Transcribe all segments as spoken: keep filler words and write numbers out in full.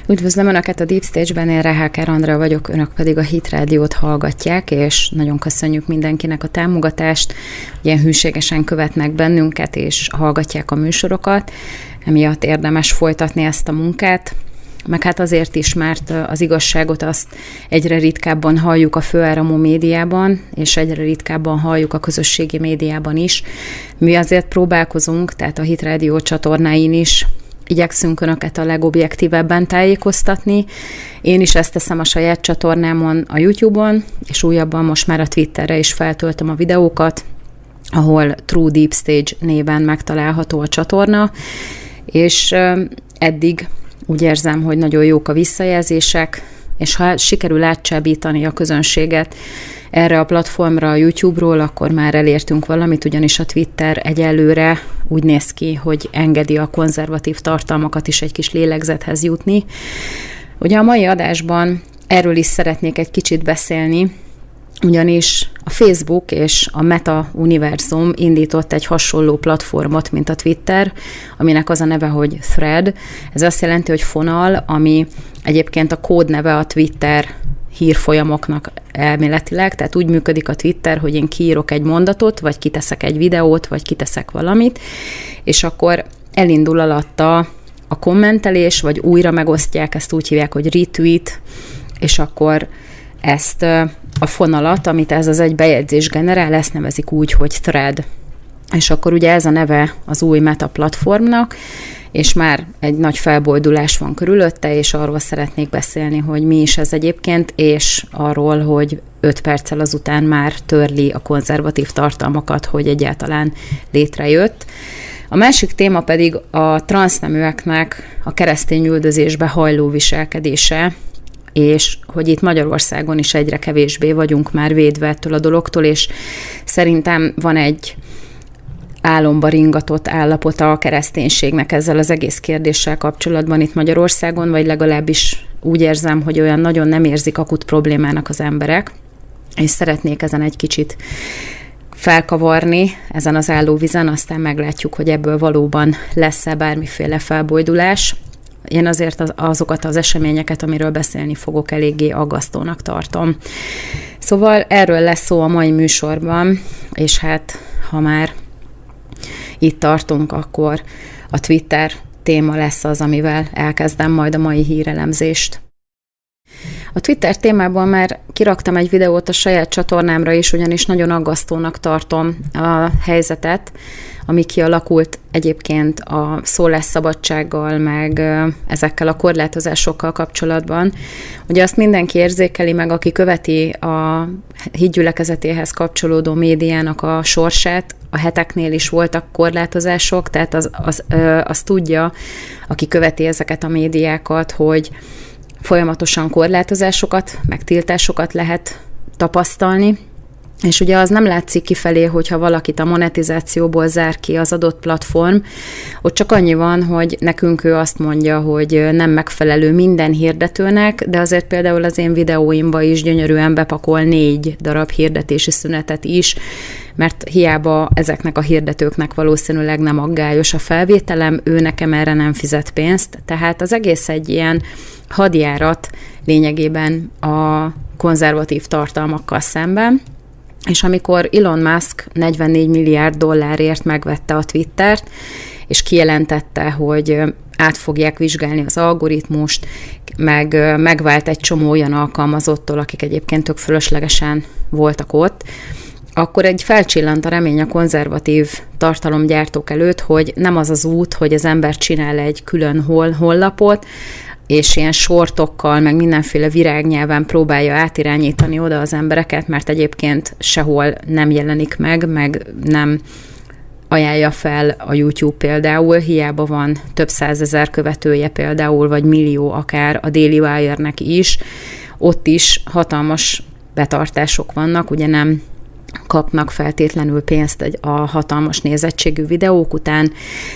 Üdvözlöm Önöket a Deep Stage-ben, én Reháker Andrea vagyok, Önök pedig a Hit Rádiót hallgatják, és nagyon köszönjük mindenkinek a támogatást. Ilyen hűségesen követnek bennünket, és hallgatják a műsorokat, emiatt érdemes folytatni ezt a munkát. Meg hát azért is, mert az igazságot azt egyre ritkábban halljuk a főáramú médiában, és egyre ritkábban halljuk a közösségi médiában is. Mi azért próbálkozunk, tehát a Hit Rádió csatornáin is igyekszünk Önöket a legobjektívebben tájékoztatni. Én is ezt teszem a saját csatornámon, a YouTube-on, és újabban most már a Twitterre is feltöltöm a videókat, ahol True Deep Stage néven megtalálható a csatorna, és eddig úgy érzem, hogy nagyon jók a visszajelzések, és ha sikerül átcsábítani a közönséget erre a platformra a YouTube-ról, akkor már elértünk valamit, ugyanis a Twitter egyelőre úgy néz ki, hogy engedi a konzervatív tartalmakat is egy kis lélegzethez jutni. Ugye a mai adásban erről is szeretnék egy kicsit beszélni, ugyanis a Facebook és a Meta univerzum indított egy hasonló platformot, mint a Twitter, aminek az a neve, hogy Thread. Ez azt jelenti, hogy fonal, ami egyébként a kódneve a Twitter hírfolyamoknak elméletileg, tehát úgy működik a Twitter, hogy én kiírok egy mondatot, vagy kiteszek egy videót, vagy kiteszek valamit, és akkor elindul alatta a kommentelés, vagy újra megosztják, ezt úgy hívják, hogy retweet, és akkor ezt a fonalat, amit ez az egy bejegyzés generál, ezt nevezik úgy, hogy thread. És akkor ugye ez a neve az új Meta platformnak, és már egy nagy felbojdulás van körülötte, és arról szeretnék beszélni, hogy mi is ez egyébként, és arról, hogy öt perccel azután már törli a konzervatív tartalmakat, hogy egyáltalán létrejött. A másik téma pedig a transzneműeknek a keresztény üldözésbe hajló viselkedése, és hogy itt Magyarországon is egyre kevésbé vagyunk már védve ettől a dologtól, és szerintem van egy álomba ringatott állapota a kereszténységnek ezzel az egész kérdéssel kapcsolatban itt Magyarországon, vagy legalábbis úgy érzem, hogy olyan nagyon nem érzik akut problémának az emberek, és szeretnék ezen egy kicsit felkavarni ezen az állóvizen, aztán meglátjuk, hogy ebből valóban lesz-e bármiféle felbojdulás. Én azért az, azokat az eseményeket, amiről beszélni fogok, eléggé aggasztónak tartom. Szóval erről lesz szó a mai műsorban, és hát ha már itt tartunk, akkor a Twitter téma lesz az, amivel elkezdem majd a mai hírelemzést. A Twitter témában már kiraktam egy videót a saját csatornámra is, ugyanis nagyon aggasztónak tartom a helyzetet, ami kialakult egyébként a szólásszabadsággal, meg ezekkel a korlátozásokkal kapcsolatban. Ugye azt mindenki érzékeli meg, aki követi a hitgyülekezetéhez kapcsolódó médiának a sorsát. A heteknél is voltak korlátozások, tehát az, az, az tudja, aki követi ezeket a médiákat, hogy folyamatosan korlátozásokat, meg tiltásokat lehet tapasztalni, és ugye az nem látszik kifelé, hogyha valakit a monetizációból zár ki az adott platform, ott csak annyi van, hogy nekünk ő azt mondja, hogy nem megfelelő minden hirdetőnek, de azért például az én videóimba is gyönyörűen bepakol négy darab hirdetési szünetet is, mert hiába ezeknek a hirdetőknek valószínűleg nem aggályos a felvételem, ő nekem erre nem fizet pénzt, tehát az egész egy ilyen hadjárat lényegében a konzervatív tartalmakkal szemben. És amikor Elon Musk negyvennégy milliárd dollárért megvette a Twittert, és kijelentette, hogy át fogják vizsgálni az algoritmust, meg megvált egy csomó olyan alkalmazottól, akik egyébként tök fölöslegesen voltak ott, akkor egy felcsillant a remény a konzervatív tartalomgyártók előtt, hogy nem az az út, hogy az ember csinál egy külön hol, honlapot, és ilyen sortokkal, meg mindenféle virágnyelven próbálja átirányítani oda az embereket, mert egyébként sehol nem jelenik meg, meg nem ajánlja fel a YouTube például, hiába van több százezer követője például, vagy millió akár a Daily Wire-nek is, ott is hatalmas betartások vannak, ugye nem kapnak feltétlenül pénzt a hatalmas nézettségű videók után,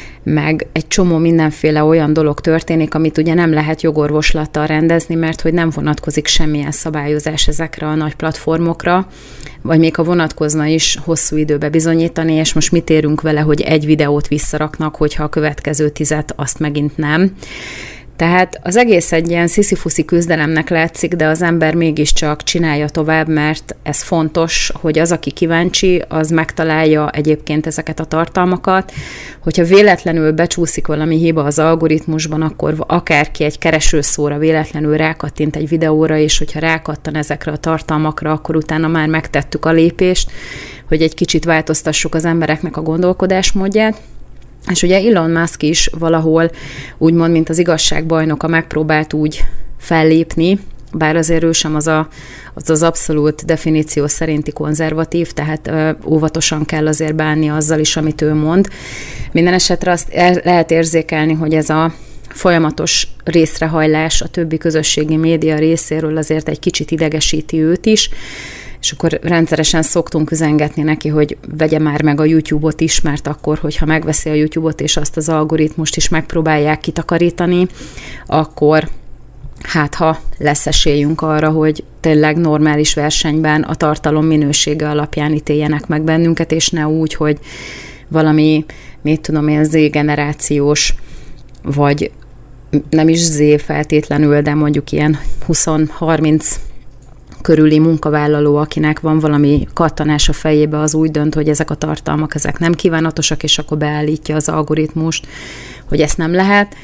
meg egy csomó mindenféle olyan dolog történik, amit ugye nem lehet jogorvoslattal rendezni, mert hogy nem vonatkozik semmilyen szabályozás ezekre a nagy platformokra, vagy még ha vonatkozna is, hosszú időbe bizonyítani, és most mit érünk vele, hogy egy videót visszaraknak, hogyha a következő tizet azt megint nem. Tehát az egész egy ilyen sziszifuszi küzdelemnek látszik, de az ember mégiscsak csinálja tovább, mert ez fontos, hogy az, aki kíváncsi, az megtalálja egyébként ezeket a tartalmakat. Hogyha véletlenül becsúszik valami hiba az algoritmusban, akkor akárki egy keresőszóra véletlenül rákattint egy videóra, és hogyha rákattan ezekre a tartalmakra, akkor utána már megtettük a lépést, hogy egy kicsit változtassuk az embereknek a gondolkodásmódját. És ugye Elon Musk is valahol úgymond, mint az igazságbajnoka megpróbált úgy fellépni, bár azért ő sem az a, az, az abszolút definíció szerinti konzervatív, tehát ö, óvatosan kell azért bánni azzal is, amit ő mond. Minden esetre azt el, lehet érzékelni, hogy ez a folyamatos részrehajlás a többi közösségi média részéről azért egy kicsit idegesíti őt is, és akkor rendszeresen szoktunk üzengetni neki, hogy vegye már meg a YouTube-ot is, mert akkor, hogyha megveszi a YouTube-ot, és azt az algoritmust is megpróbálják kitakarítani, akkor hát ha lesz esélyünk arra, hogy tényleg normális versenyben a tartalom minősége alapján ítéljenek meg bennünket, és ne úgy, hogy valami, mit tudom én, Z-generációs, vagy nem is Z feltétlenül, de mondjuk ilyen húsz-harminc körüli munkavállaló, akinek van valami kattanás a fejébe, az úgy dönt, hogy ezek a tartalmak, ezek nem kívánatosak, és akkor beállítja az algoritmust, hogy ezt nem lehet.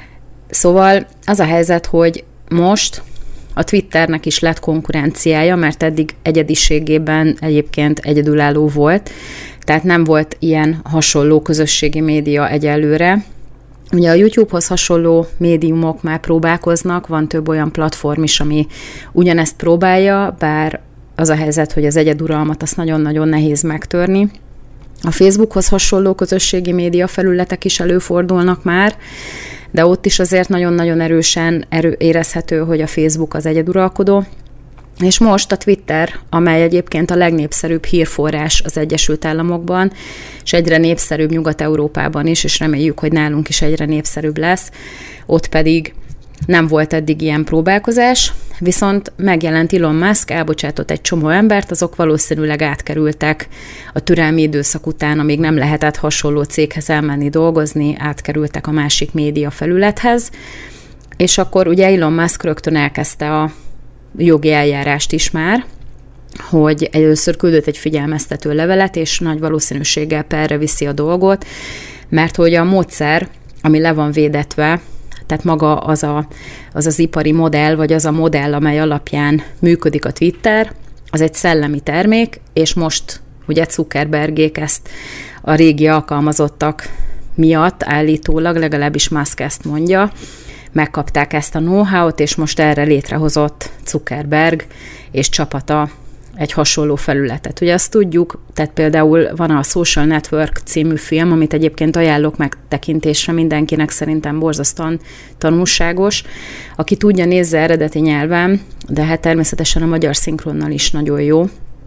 Szóval az a helyzet, hogy most a Twitternek is lett konkurenciája, mert eddig egyediségében egyébként egyedülálló volt, tehát nem volt ilyen hasonló közösségi média egyelőre. Ugye a YouTube-hoz hasonló médiumok már próbálkoznak, van több olyan platform is, ami ugyanezt próbálja, bár az a helyzet, hogy az egyeduralmat azt nagyon-nagyon nehéz megtörni. A Facebookhoz hasonló közösségi média felületek is előfordulnak már, de ott is azért nagyon-nagyon erősen erő, érezhető, hogy a Facebook az egyeduralkodó. És most a Twitter, amely egyébként a legnépszerűbb hírforrás az Egyesült Államokban, és egyre népszerűbb Nyugat-Európában is, és reméljük, hogy nálunk is egyre népszerűbb lesz, ott pedig nem volt eddig ilyen próbálkozás, viszont megjelent Elon Musk, elbocsátott egy csomó embert, azok valószínűleg átkerültek a türelmi időszak után, amíg nem lehetett hasonló céghez elmenni dolgozni, átkerültek a másik média felülethez, és akkor ugye Elon Musk rögtön elkezdte a jogi eljárást is már, hogy először küldött egy figyelmeztető levelet, és nagy valószínűséggel perre viszi a dolgot, mert hogy a módszer, ami le van védetve, tehát maga az, a, az az ipari modell, vagy az a modell, amely alapján működik a Twitter, az egy szellemi termék, és most ugye Zuckerbergék ezt a régi alkalmazottak miatt állítólag, legalábbis Musk ezt mondja, megkapták ezt a know-how-t, és most erre létrehozott Zuckerberg és csapata egy hasonló felületet. Ugye azt tudjuk, tehát például van a Social Network című film, amit egyébként ajánlok megtekintésre mindenkinek, szerintem borzasztóan tanulságos. Aki tudja, nézze eredeti nyelven, de hát természetesen a magyar szinkronnal is nagyon jó,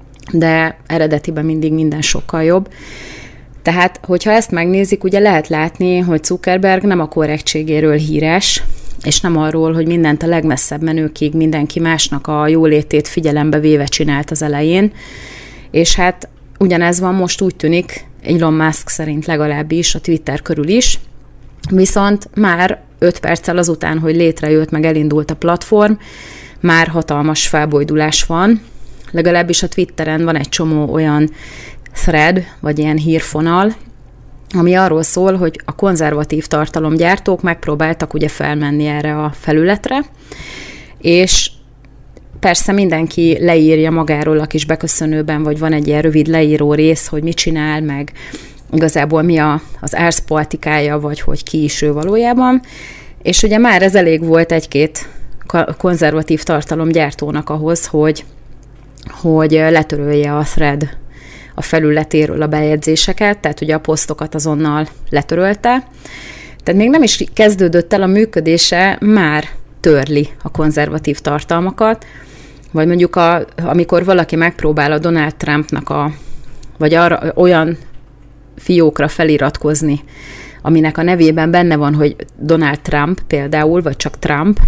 de eredetiben mindig minden sokkal jobb. Tehát, hogyha ezt megnézik, ugye lehet látni, hogy Zuckerberg nem a korrektségéről híres, és nem arról, hogy mindent a legmesszebb menőkig mindenki másnak a jólétét figyelembe véve csinált az elején, és hát ugyanez van most, úgy tűnik, Elon Musk szerint legalábbis a Twitter körül is, viszont már öt perccel azután, hogy létrejött, meg elindult a platform, már hatalmas felbojdulás van, legalábbis a Twitteren van egy csomó olyan thread, vagy ilyen hírfonal, ami arról szól, hogy a konzervatív tartalomgyártók megpróbáltak ugye felmenni erre a felületre, és persze mindenki leírja magáról a kis beköszönőben, vagy van egy ilyen rövid leíró rész, hogy mit csinál, meg igazából mi a, az árszpolitikája, vagy hogy ki is ő valójában, és ugye már ez elég volt egy-két konzervatív tartalomgyártónak ahhoz, hogy, hogy letörölje a thread a felületéről a bejegyzéseket, tehát ugye a posztokat azonnal letörölte. Tehát még nem is kezdődött el a működése, már törli a konzervatív tartalmakat, vagy mondjuk a, amikor valaki megpróbál a Donald Trumpnak a, vagy arra, olyan fiókra feliratkozni, aminek a nevében benne van, hogy Donald Trump például, vagy csak Trump,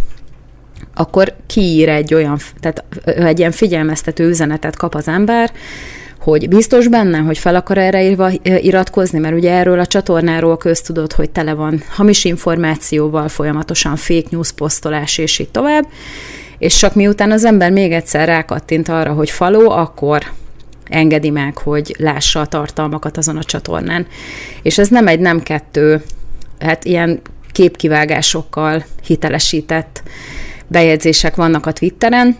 akkor kiír egy olyan, tehát egy ilyen figyelmeztető üzenetet kap az ember, hogy biztos benne, hogy fel akar erre iratkozni, mert ugye erről a csatornáról köztudott, hogy tele van hamis információval, folyamatosan fake news posztolás, és így tovább, és csak miután az ember még egyszer rákattint arra, hogy follow, akkor engedi meg, hogy lássa a tartalmakat azon a csatornán. És ez nem egy, nem kettő, hát ilyen képkivágásokkal hitelesített bejegyzések vannak a Twitteren,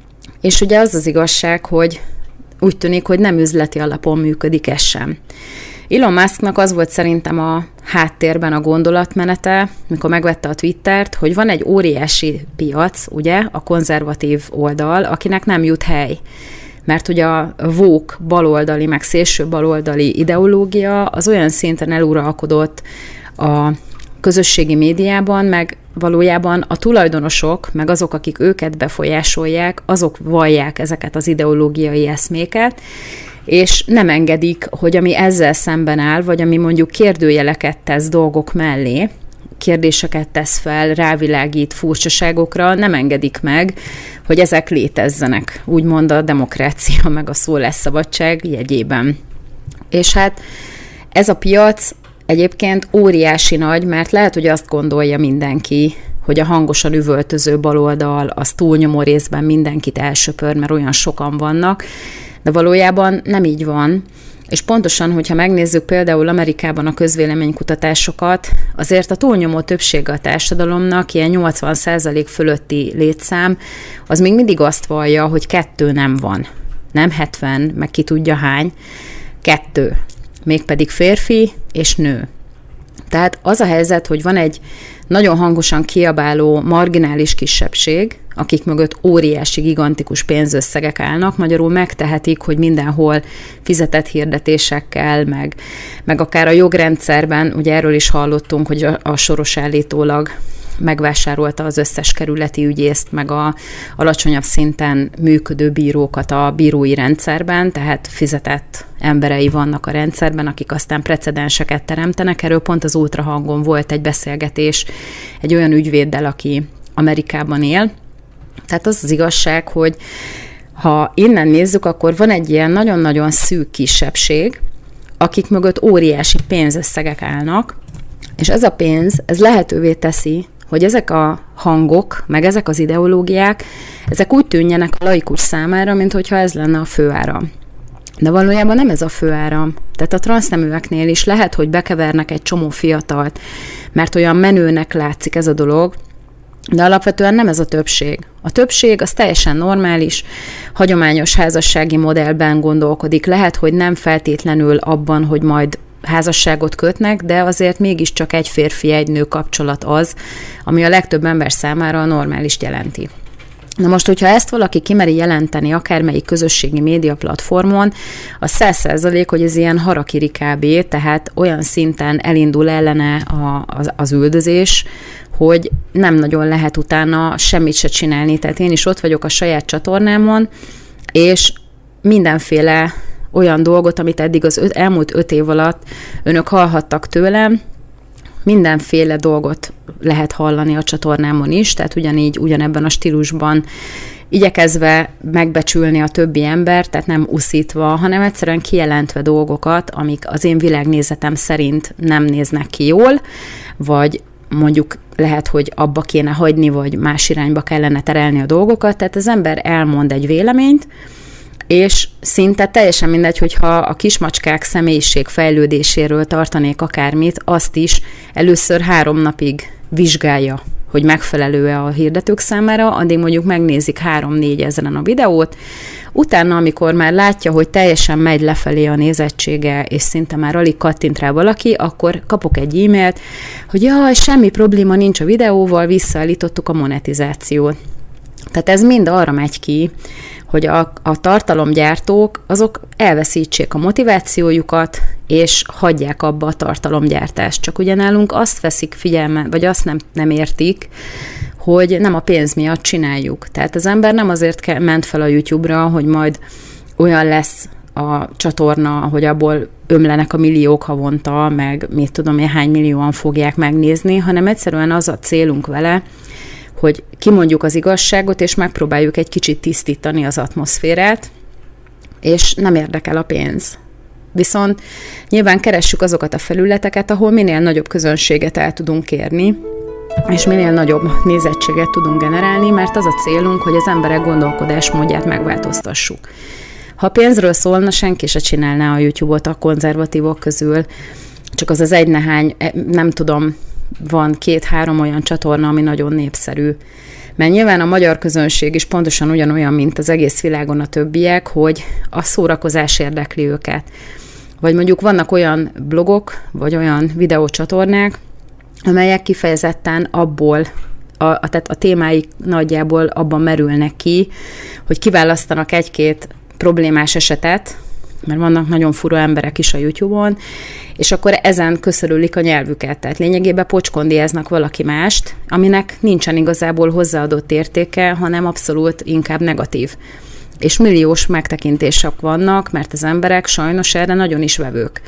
és ugye az az igazság, hogy úgy tűnik, hogy nem üzleti alapon működik ez sem. Elon Musknak az volt szerintem a háttérben a gondolatmenete, mikor megvette a Twittert, hogy van egy óriási piac, ugye, a konzervatív oldal, akinek nem jut hely. Mert ugye a woke baloldali, meg szélső baloldali ideológia az olyan szinten eluralkodott a közösségi médiában, meg valójában a tulajdonosok, meg azok, akik őket befolyásolják, azok vallják ezeket az ideológiai eszméket, és nem engedik, hogy ami ezzel szemben áll, vagy ami mondjuk kérdőjeleket tesz dolgok mellé, kérdéseket tesz fel, rávilágít furcsaságokra, nem engedik meg, hogy ezek létezzenek, úgymond a demokrácia meg a szólásszabadság jegyében. És hát ez a piac egyébként óriási nagy, mert lehet, hogy azt gondolja mindenki, hogy a hangosan üvöltöző baloldal az túlnyomó részben mindenkit elsöpör, mert olyan sokan vannak, de valójában nem így van. És pontosan, hogyha megnézzük például Amerikában a közvéleménykutatásokat, azért a túlnyomó többsége a társadalomnak, ilyen nyolcvan százalék fölötti létszám, az még mindig azt vallja, hogy kettő nem van. Nem hetven, meg ki tudja hány, kettő. Mégpedig férfi és nő. Tehát az a helyzet, hogy van egy nagyon hangosan kiabáló marginális kisebbség, akik mögött óriási, gigantikus pénzösszegek állnak, magyarul megtehetik, hogy mindenhol fizetett hirdetésekkel, meg, meg akár a jogrendszerben, ugye erről is hallottunk, hogy a, a Soros állítólag megvásárolta az összes kerületi ügyészt, meg a alacsonyabb szinten működő bírókat a bírói rendszerben, tehát fizetett emberei vannak a rendszerben, akik aztán precedenseket teremtenek. Erről pont az Ultrahangon volt egy beszélgetés egy olyan ügyvéddel, aki Amerikában él. Tehát az az igazság, hogy ha innen nézzük, akkor van egy ilyen nagyon-nagyon szűk kisebbség, akik mögött óriási pénzösszegek állnak, és ez a pénz, ez lehetővé teszi, hogy ezek a hangok, meg ezek az ideológiák, ezek úgy tűnjenek a laikus számára, mint hogyha ez lenne a főáram. De valójában nem ez a főáram. Tehát a transzneműeknél is lehet, hogy bekevernek egy csomó fiatalt, mert olyan menőnek látszik ez a dolog, de alapvetően nem ez a többség. A többség az teljesen normális, hagyományos házassági modellben gondolkodik. Lehet, hogy nem feltétlenül abban, hogy majd házasságot kötnek, de azért mégiscsak egy férfi, egy nő kapcsolat az, ami a legtöbb ember számára a normális jelenti. Na most, hogyha ezt valaki kimeri jelenteni akármelyik közösségi média platformon, az száz százalék, hogy ez ilyen harakiri kb., tehát olyan szinten elindul ellene a, az, az üldözés, hogy nem nagyon lehet utána semmit se csinálni. Tehát én is ott vagyok a saját csatornámon, és mindenféle olyan dolgot, amit eddig az öt, elmúlt öt év alatt önök hallhattak tőlem, mindenféle dolgot lehet hallani a csatornámon is, tehát ugyanígy, ugyanebben a stílusban igyekezve megbecsülni a többi embert, tehát nem uszítva, hanem egyszerűen kijelentve dolgokat, amik az én világnézetem szerint nem néznek ki jól, vagy mondjuk lehet, hogy abba kéne hagyni, vagy más irányba kellene terelni a dolgokat, tehát az ember elmond egy véleményt, és szinte teljesen mindegy, hogyha a kismacskák személyiség fejlődéséről tartanék akármit, azt is először három napig vizsgálja, hogy megfelelő-e a hirdetők számára, addig mondjuk megnézik három-négy ezeren a videót, utána, amikor már látja, hogy teljesen megy lefelé a nézettsége, és szinte már alig kattint rá valaki, akkor kapok egy e-mailt, hogy jaj, semmi probléma nincs a videóval, visszaállítottuk a monetizációt. Tehát ez mind arra megy ki, hogy a, a tartalomgyártók azok elveszítsék a motivációjukat, és hagyják abba a tartalomgyártást. Csak ugye nálunk azt veszik figyelme, vagy azt nem, nem értik, hogy nem a pénz miatt csináljuk. Tehát az ember nem azért ke- ment fel a YouTube-ra, hogy majd olyan lesz a csatorna, hogy abból ömlenek a milliók havonta, meg mit tudom én, hány millióan fogják megnézni, hanem egyszerűen az a célunk vele, hogy kimondjuk az igazságot, és megpróbáljuk egy kicsit tisztítani az atmoszférát, és nem érdekel a pénz. Viszont nyilván keressük azokat a felületeket, ahol minél nagyobb közönséget el tudunk érni, és minél nagyobb nézettséget tudunk generálni, mert az a célunk, hogy az emberek gondolkodásmódját megváltoztassuk. Ha pénzről szólna, senki se csinálná a YouTube-ot a konzervatívok közül, csak az az egy nehány, nem tudom, van két-három olyan csatorna, ami nagyon népszerű. Mert nyilván a magyar közönség is pontosan ugyanolyan, mint az egész világon a többiek, hogy a szórakozás érdekli őket. Vagy mondjuk vannak olyan blogok, vagy olyan videócsatornák, amelyek kifejezetten abból, a, a, tehát a témáik nagyjából abban merülnek ki, hogy kiválasztanak egy-két problémás esetet, mert vannak nagyon fura emberek is a YouTube-on, és akkor ezen köszörülik a nyelvüket. Tehát lényegében pocskondiáznak valaki mást, aminek nincsen igazából hozzáadott értéke, hanem abszolút inkább negatív. És milliós megtekintések vannak, mert az emberek sajnos erre nagyon is vevők.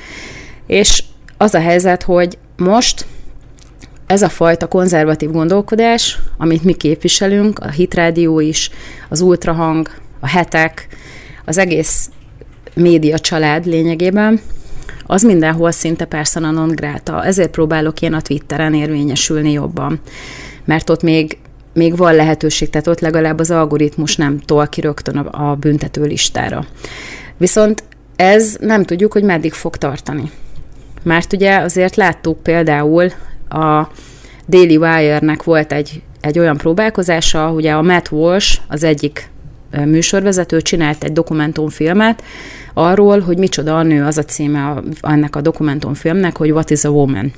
És az a helyzet, hogy most ez a fajta konzervatív gondolkodás, amit mi képviselünk, a Hitrádió is, az Ultrahang, a Hetek, az egész média család lényegében, az mindenhol szinte persona non grata. Ezért próbálok én a Twitteren érvényesülni jobban. Mert ott még, még van lehetőség, tehát ott legalább az algoritmus nem tol ki rögtön a, a büntető listára. Viszont ez nem tudjuk, hogy meddig fog tartani. Mert ugye azért láttuk például a Daily Wire-nek volt egy, egy olyan próbálkozása, ugye a Matt Walsh, az egyik műsorvezető csinált egy dokumentumfilmet arról, hogy micsoda a nő, az a címe ennek a dokumentumfilmnek, hogy What is a Woman?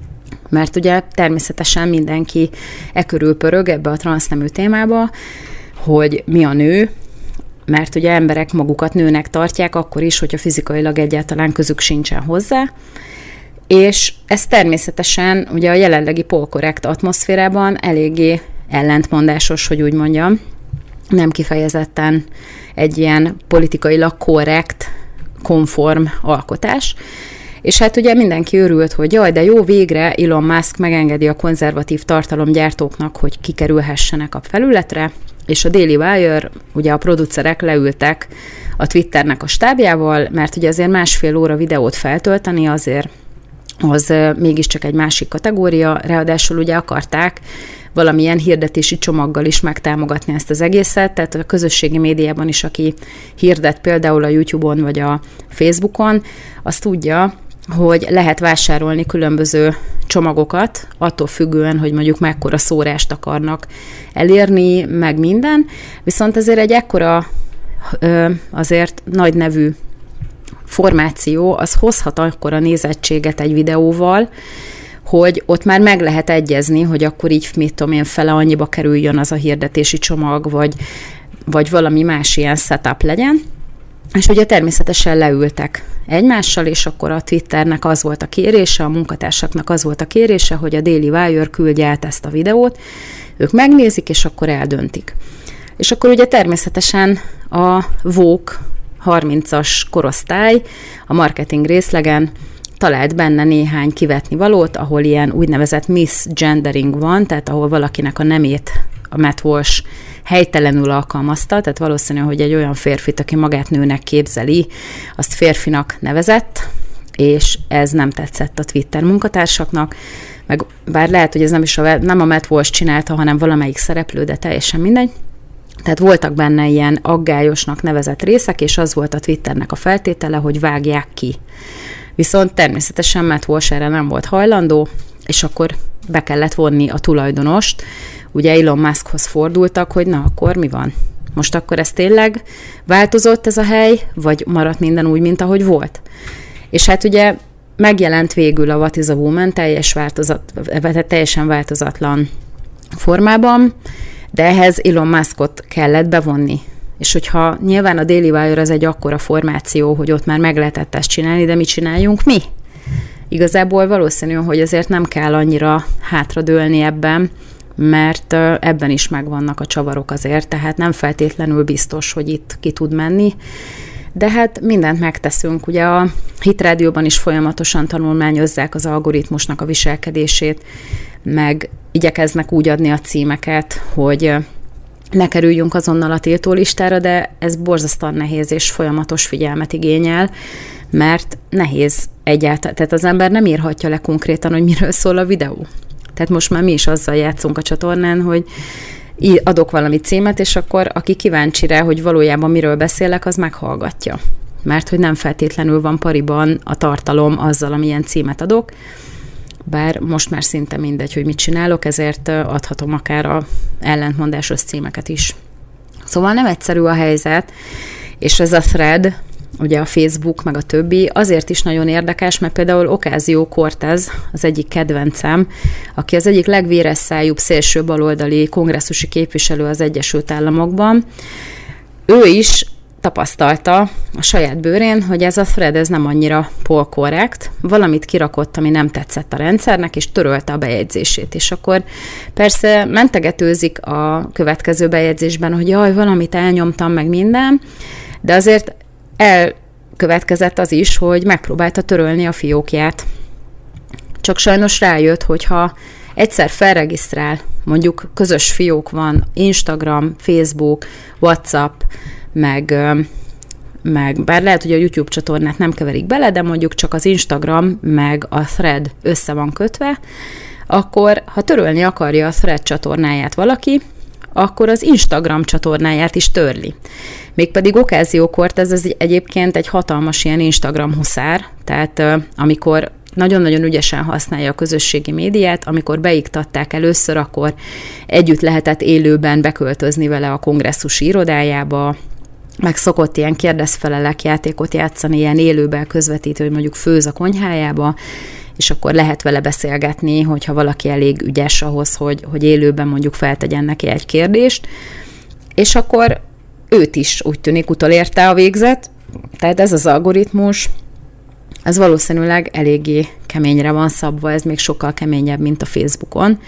Mert ugye természetesen mindenki e körül pörög ebbe a transznemű témába, hogy mi a nő, mert ugye emberek magukat nőnek tartják, akkor is, hogyha fizikailag egyáltalán közük sincsen hozzá, és ez természetesen ugye a jelenlegi polkorrekt atmoszférában eléggé ellentmondásos, hogy úgy mondjam, nem kifejezetten egy ilyen politikailag korrekt, konform alkotás. És hát ugye mindenki örült, hogy jaj, de jó, végre Elon Musk megengedi a konzervatív tartalomgyártóknak, hogy kikerülhessenek a felületre, és a Daily Wire, ugye a producerek leültek a Twitternek a stábjával, mert ugye azért másfél óra videót feltölteni azért az mégiscsak egy másik kategória, ráadásul ugye akarták valamilyen hirdetési csomaggal is megtámogatni ezt az egészet, tehát a közösségi médiában is, aki hirdet például a YouTube-on vagy a Facebookon, az tudja, hogy lehet vásárolni különböző csomagokat, attól függően, hogy mondjuk mekkora szórást akarnak elérni, meg minden, viszont azért egy ekkora azért nagy nevű formáció, az hozhat akkora nézettséget egy videóval, hogy ott már meg lehet egyezni, hogy akkor így, mit tudom én, fele annyiba kerüljön az a hirdetési csomag, vagy, vagy valami más ilyen setup legyen. És ugye természetesen leültek egymással, és akkor a Twitternek az volt a kérése, a munkatársaknak az volt a kérése, hogy a Daily Wire küldje át ezt a videót, ők megnézik, és akkor eldöntik. És akkor ugye természetesen a Vogue harmincas korosztály a marketing részlegen talált benne néhány kivetni valót, ahol ilyen úgynevezett misgendering van, tehát ahol valakinek a nemét a Matt Walsh helytelenül alkalmazta, tehát valószínű, hogy egy olyan férfit, aki magát nőnek képzeli, azt férfinak nevezett, és ez nem tetszett a Twitter munkatársaknak, meg bár lehet, hogy ez nem is a, nem a Matt Walsh csinálta, hanem valamelyik szereplő, de teljesen mindegy. Tehát voltak benne ilyen aggályosnak nevezett részek, és az volt a Twitternek a feltétele, hogy vágják ki. Viszont természetesen Matt Walsh erre nem volt hajlandó, és akkor be kellett vonni a tulajdonost. Ugye Elon Muskhoz fordultak, hogy na, akkor mi van? Most akkor ez tényleg változott ez a hely, vagy maradt minden úgy, mint ahogy volt? És hát ugye megjelent végül a What is a Woman teljes változat, teljesen változatlan formában, de ehhez Elon Muskot kellett bevonni. És hogyha nyilván a Daily Wire az egy akkora formáció, hogy ott már meg lehetett ezt csinálni, de mit csináljunk mi? Igazából valószínű, hogy azért nem kell annyira hátradőlni ebben, mert ebben is megvannak a csavarok azért, tehát nem feltétlenül biztos, hogy itt ki tud menni. De hát mindent megteszünk. Ugye a Hitrádióban is folyamatosan tanulmányozzák az algoritmusnak a viselkedését, meg igyekeznek úgy adni a címeket, hogy ne kerüljünk azonnal a tiltólistára, de ez borzasztóan nehéz és folyamatos figyelmet igényel, mert nehéz egyáltalán. Tehát az ember nem írhatja le konkrétan, hogy miről szól a videó. Tehát most már mi is azzal játszunk a csatornán, hogy adok valami címet, és akkor aki kíváncsi rá, hogy valójában miről beszélek, az meghallgatja. Mert hogy nem feltétlenül van pariban a tartalom azzal, amilyen címet adok, bár most már szinte mindegy, hogy mit csinálok, ezért adhatom akár a ellentmondásos címeket is. Szóval nem egyszerű a helyzet, és ez a thread, ugye a Facebook, meg a többi, azért is nagyon érdekes, mert például Ocasio-Cortez, az egyik kedvencem, aki az egyik legvéresszájúbb szélső baloldali kongresszusi képviselő az Egyesült Államokban, ő is tapasztalta a saját bőrén, hogy ez a thread ez nem annyira polkorrekt, valamit kirakott, ami nem tetszett a rendszernek, és törölte a bejegyzését. És akkor persze mentegetőzik a következő bejegyzésben, hogy jaj, valamit elnyomtam, meg minden, de azért elkövetkezett az is, hogy megpróbálta törölni a fiókját. Csak sajnos rájött, hogyha egyszer felregisztrál, mondjuk közös fiók van, Instagram, Facebook, WhatsApp, meg, meg bár lehet, hogy a YouTube csatornát nem keverik bele, de mondjuk csak az Instagram meg a Thread össze van kötve, akkor ha törölni akarja a Thread csatornáját valaki, akkor az Instagram csatornáját is törli. Mégpedig Ocasio-Cortez ez egyébként egy hatalmas ilyen Instagram huszár, tehát amikor nagyon-nagyon ügyesen használja a közösségi médiát, amikor beiktatták először, akkor együtt lehetett élőben beköltözni vele a kongresszusi irodájába, meg szokott ilyen kérdezfelelek játékot játszani, ilyen élőben közvetítő, hogy mondjuk főz a konyhájába, és akkor lehet vele beszélgetni, hogyha valaki elég ügyes ahhoz, hogy, hogy élőben mondjuk feltegyen neki egy kérdést, és akkor őt is úgy tűnik utolérte a végzet, tehát ez az algoritmus, ez valószínűleg eléggé keményre van szabva, ez még sokkal keményebb, mint a Facebookon,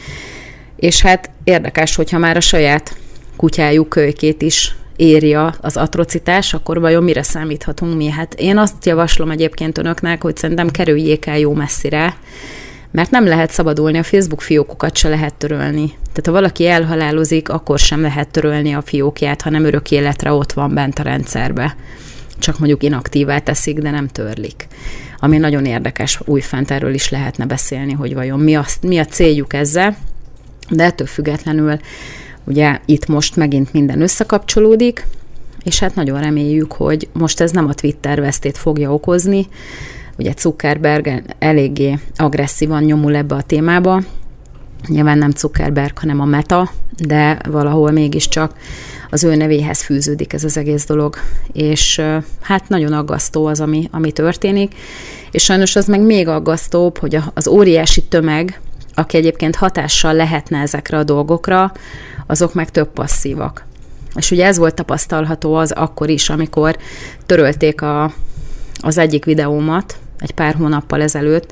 és hát érdekes, hogyha már a saját kutyájuk kölykét is érja az atrocitás, akkor vajon mire számíthatunk mi? Hát én azt javaslom egyébként önöknek, hogy szerintem kerüljék el jó messzire, mert nem lehet szabadulni, a Facebook fiókokat se lehet törölni. Tehát ha valaki elhalálozik, akkor sem lehet törölni a fiókját, hanem örök életre ott van bent a rendszerbe. Csak mondjuk inaktívá teszik, de nem törlik. Ami nagyon érdekes, újfent erről is lehetne beszélni, hogy vajon mi a, mi a céljuk ezzel, de ettől függetlenül ugye itt most megint minden összekapcsolódik, és hát nagyon reméljük, hogy most ez nem a Twitter vesztét fogja okozni. Ugye Zuckerberg eléggé agresszívan nyomul ebbe a témába. Nyilván nem Zuckerberg, hanem a Meta, de valahol mégiscsak az ő nevéhez fűződik ez az egész dolog. És hát nagyon aggasztó az, ami, ami történik. És sajnos az meg még aggasztóbb, hogy az óriási tömeg, aki egyébként hatással lehetne ezekre a dolgokra, azok meg több passzívak. És ugye ez volt tapasztalható az akkor is, amikor törölték a, az egyik videómat egy pár hónappal ezelőtt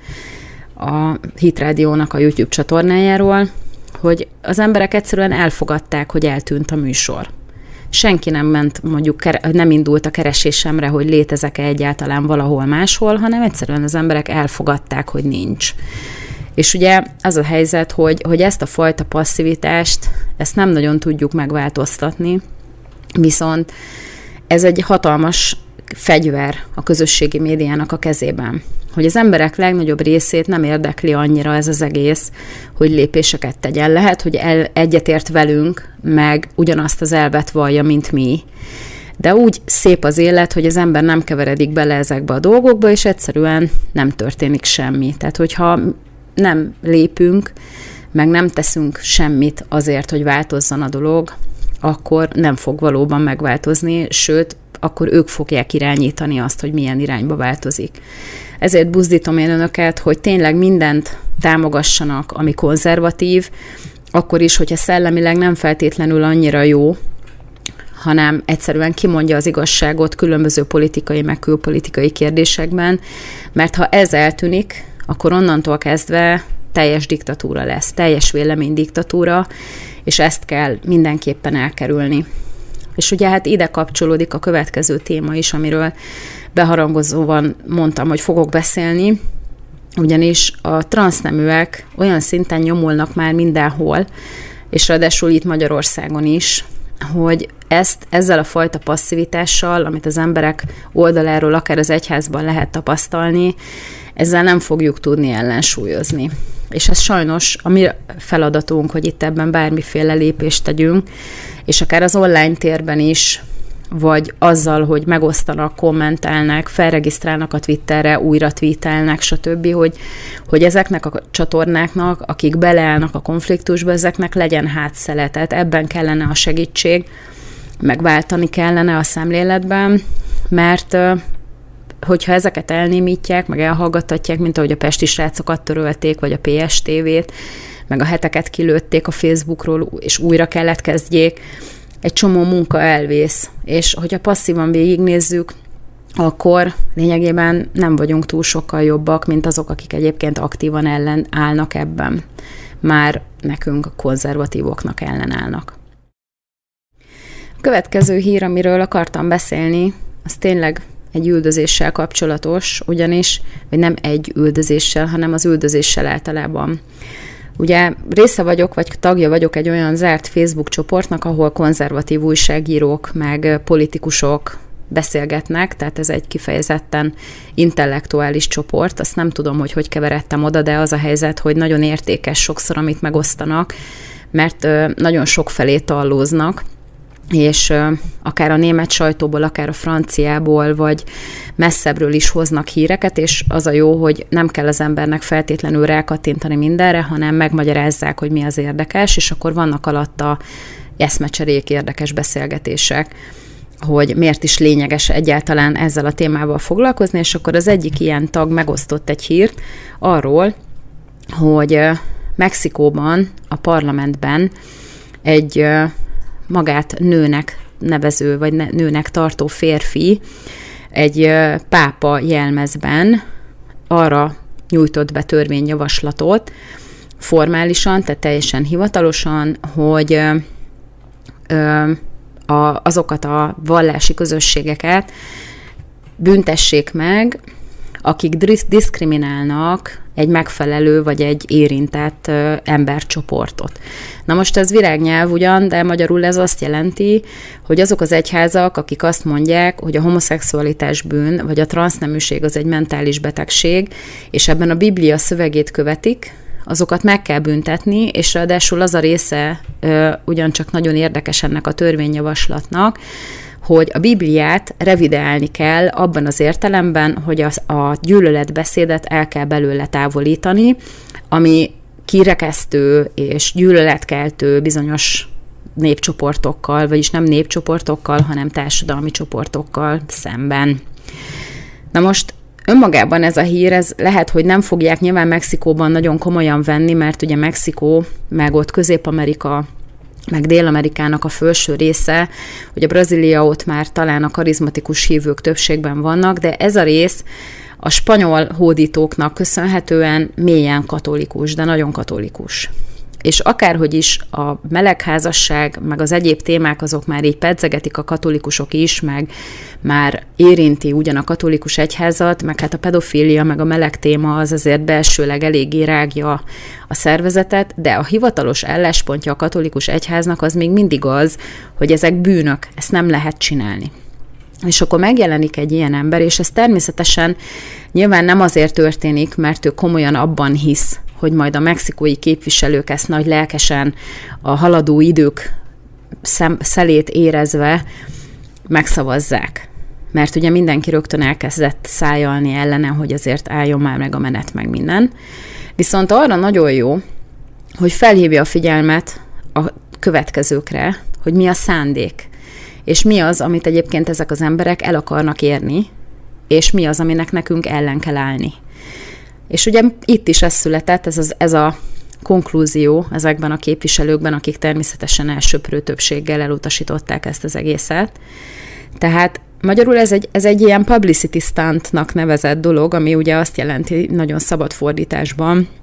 a Hit Rádiónak a YouTube csatornájáról, hogy az emberek egyszerűen elfogadták, hogy eltűnt a műsor. Senki nem ment, mondjuk nem indult a keresésemre, hogy létezek-e egyáltalán valahol máshol, hanem egyszerűen az emberek elfogadták, hogy nincs. És ugye az a helyzet, hogy, hogy ezt a fajta passzivitást, ezt nem nagyon tudjuk megváltoztatni, viszont ez egy hatalmas fegyver a közösségi médiának a kezében. Hogy az emberek legnagyobb részét nem érdekli annyira ez az egész, hogy lépéseket tegyen. Lehet, hogy el, egyetért velünk, meg ugyanazt az elvet vallja, mint mi, de úgy szép az élet, hogy az ember nem keveredik bele ezekbe a dolgokba, és egyszerűen nem történik semmi. Tehát, hogyha nem lépünk, meg nem teszünk semmit azért, hogy változzon a dolog, akkor nem fog valóban megváltozni, sőt, akkor ők fogják irányítani azt, hogy milyen irányba változik. Ezért buzdítom én önöket, hogy tényleg mindent támogassanak, ami konzervatív, akkor is, hogyha szellemileg nem feltétlenül annyira jó, hanem egyszerűen kimondja az igazságot különböző politikai, meg külpolitikai kérdésekben, mert ha ez eltűnik, akkor onnantól kezdve teljes diktatúra lesz, teljes véleménydiktatúra, és ezt kell mindenképpen elkerülni. És ugye hát ide kapcsolódik a következő téma is, amiről beharangozóan mondtam, hogy fogok beszélni, ugyanis a transzneműek olyan szinten nyomulnak már mindenhol, és ráadásul itt Magyarországon is, hogy ezt ezzel a fajta passzivitással, amit az emberek oldaláról akár az egyházban lehet tapasztalni, ezzel nem fogjuk tudni ellensúlyozni. És ez sajnos a mi feladatunk, hogy itt ebben bármiféle lépést tegyünk, és akár az online térben is, vagy azzal, hogy megosztanak, kommentelnek, felregisztrálnak a Twitterre, újra tweetelnek, stb., hogy, hogy ezeknek a csatornáknak, akik beleállnak a konfliktusba, ezeknek legyen hátszele. Tehát ebben kellene a segítség, megváltani kellene a szemléletben, mert hogyha ezeket elnémítják, meg elhallgattatják, mint ahogy a pesti srácokat törölték, vagy a pé es té vét, meg a heteket kilőtték a Facebookról, és újra kellett kezdjék, egy csomó munka elvész. És hogyha passzívan végignézzük, akkor lényegében nem vagyunk túl sokkal jobbak, mint azok, akik egyébként aktívan ellen állnak ebben. Már nekünk, a konzervatívoknak ellenállnak. A következő hír, amiről akartam beszélni, az tényleg egy üldözéssel kapcsolatos, ugyanis, vagy nem egy üldözéssel, hanem az üldözéssel általában. Ugye része vagyok, vagy tagja vagyok egy olyan zárt Facebook csoportnak, ahol konzervatív újságírók, meg politikusok beszélgetnek, tehát ez egy kifejezetten intellektuális csoport. Azt nem tudom, hogy hogy keveredtem oda, de az a helyzet, hogy nagyon értékes sokszor, amit megosztanak, mert nagyon sokfelé tallóznak, és akár a német sajtóból, akár a franciából, vagy messzebbről is hoznak híreket, és az a jó, hogy nem kell az embernek feltétlenül rákattintani mindenre, hanem megmagyarázzák, hogy mi az érdekes, és akkor vannak alatta eszmecserék, érdekes beszélgetések, hogy miért is lényeges egyáltalán ezzel a témával foglalkozni, és akkor az egyik ilyen tag megosztott egy hírt arról, hogy Mexikóban, a parlamentben egy magát nőnek nevező, vagy nőnek tartó férfi egy pápa jelmezben arra nyújtott be törvényjavaslatot formálisan, tehát teljesen hivatalosan, hogy a, azokat a vallási közösségeket büntessék meg, akik diszkriminálnak egy megfelelő vagy egy érintett ö, embercsoportot. Na most ez virágnyelv ugyan, de magyarul ez azt jelenti, hogy azok az egyházak, akik azt mondják, hogy a homoszexualitás bűn, vagy a transzneműség az egy mentális betegség, és ebben a Biblia szövegét követik, azokat meg kell büntetni, és ráadásul az a része ö, ugyancsak nagyon érdekes ennek a törvényjavaslatnak, hogy a Bibliát revideálni kell abban az értelemben, hogy az, a gyűlöletbeszédet el kell belőle távolítani, ami kirekesztő és gyűlöletkeltő bizonyos népcsoportokkal, vagyis nem népcsoportokkal, hanem társadalmi csoportokkal szemben. Na most önmagában ez a hír, ez lehet, hogy nem fogják nyilván Mexikóban nagyon komolyan venni, mert ugye Mexikó, meg ott Közép-Amerika, meg Dél-Amerikának a felső része, hogy a Brazília ott már talán a karizmatikus hívők többségben vannak, de ez a rész a spanyol hódítóknak köszönhetően mélyen katolikus, de nagyon katolikus. És akárhogy is a melegházasság, meg az egyéb témák azok már így pedzegetik a katolikusok is, meg már érinti ugyan a katolikus egyházat, meg hát a pedofília, meg a meleg téma az azért belsőleg eléggé rágja a szervezetet, de a hivatalos álláspontja a katolikus egyháznak az még mindig az, hogy ezek bűnök, ezt nem lehet csinálni. És akkor megjelenik egy ilyen ember, és ez természetesen nyilván nem azért történik, mert ő komolyan abban hisz, hogy majd a mexikói képviselők ezt nagy lelkesen a haladó idők szem, szelét érezve megszavazzák. Mert ugye mindenki rögtön elkezdett szájalni ellene, hogy azért álljon már meg a menet, meg minden. Viszont arra nagyon jó, hogy felhívja a figyelmet a következőkre, hogy mi a szándék, és mi az, amit egyébként ezek az emberek el akarnak érni, és mi az, aminek nekünk ellen kell állni. És ugye itt is ez született, ez, az, ez a konklúzió ezekben a képviselőkben, akik természetesen elsöprő többséggel elutasították ezt az egészet. Tehát magyarul ez egy, ez egy ilyen publicity stuntnak nevezett dolog, ami ugye azt jelenti nagyon szabad fordításban,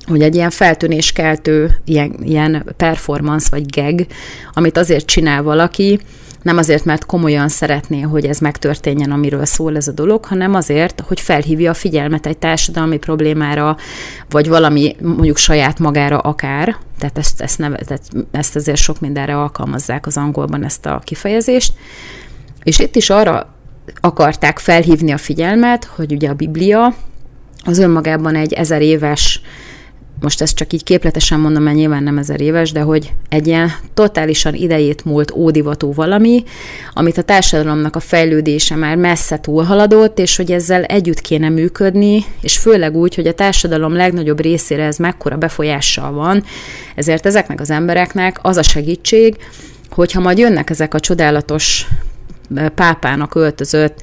hogy egy ilyen feltűnéskeltő, ilyen, ilyen performance vagy gag, amit azért csinál valaki, nem azért, mert komolyan szeretné, hogy ez megtörténjen, amiről szól ez a dolog, hanem azért, hogy felhívja a figyelmet egy társadalmi problémára, vagy valami mondjuk saját magára akár, tehát ezt, ezt, neve, tehát ezt azért sok mindenre alkalmazzák az angolban ezt a kifejezést, és itt is arra akarták felhívni a figyelmet, hogy ugye a Biblia az önmagában egy ezer éves, most ezt csak így képletesen mondom, mert nyilván nem ezer éves, de hogy egy ilyen totálisan idejét múlt ódivatú valami, amit a társadalomnak a fejlődése már messze túlhaladott, és hogy ezzel együtt kéne működni, és főleg úgy, hogy a társadalom legnagyobb részére ez mekkora befolyással van, ezért ezeknek az embereknek az a segítség, hogyha majd jönnek ezek a csodálatos pápának öltözött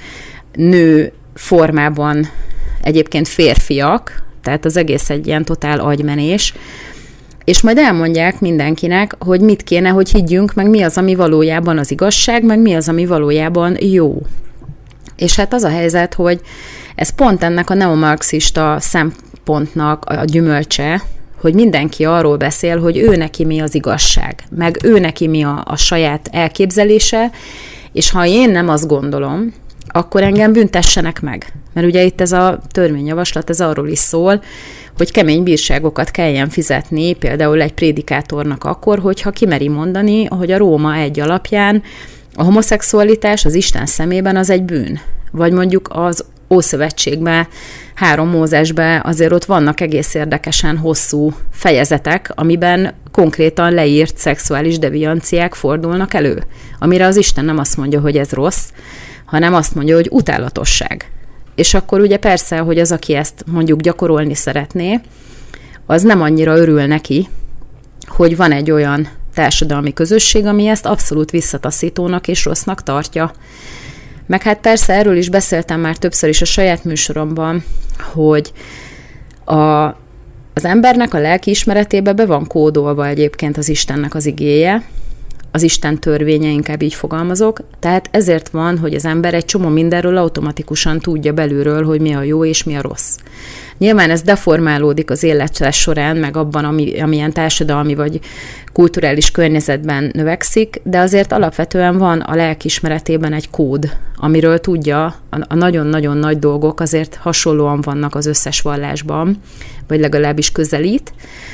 nő formában egyébként férfiak, tehát az egész egy ilyen totál agymenés, és majd elmondják mindenkinek, hogy mit kéne, hogy higgyünk, meg mi az, ami valójában az igazság, meg mi az, ami valójában jó. És hát az a helyzet, hogy ez pont ennek a neomarxista szempontnak a gyümölcse, hogy mindenki arról beszél, hogy ő neki mi az igazság, meg ő neki mi a, a saját elképzelése, és ha én nem azt gondolom, akkor engem büntessenek meg. Mert ugye itt ez a törvényjavaslat, ez arról is szól, hogy kemény bírságokat kelljen fizetni például egy prédikátornak akkor, hogyha kimeri mondani, hogy a Róma egy alapján a homoszexualitás az Isten szemében az egy bűn. Vagy mondjuk az Ószövetségben, három Mózesben azért ott vannak egész érdekesen hosszú fejezetek, amiben konkrétan leírt szexuális devianciák fordulnak elő, amire az Isten nem azt mondja, hogy ez rossz, hanem azt mondja, hogy utálatosság. És akkor ugye persze, hogy az, aki ezt mondjuk gyakorolni szeretné, az nem annyira örül neki, hogy van egy olyan társadalmi közösség, ami ezt abszolút visszataszítónak és rossznak tartja. Meg hát persze erről is beszéltem már többször is a saját műsoromban, hogy a, az embernek a lelkiismeretébe be van kódolva egyébként az Istennek az igéje, az Isten törvénye, inkább így fogalmazok, tehát ezért van, hogy az ember egy csomó mindenről automatikusan tudja belülről, hogy mi a jó és mi a rossz. Nyilván ez deformálódik az élet során, meg abban, ami, amilyen társadalmi vagy kulturális környezetben növekszik, de azért alapvetően van a lelkiismeretében egy kód, amiről tudja, a nagyon-nagyon nagy dolgok azért hasonlóan vannak az összes vallásban, vagy legalábbis közelít,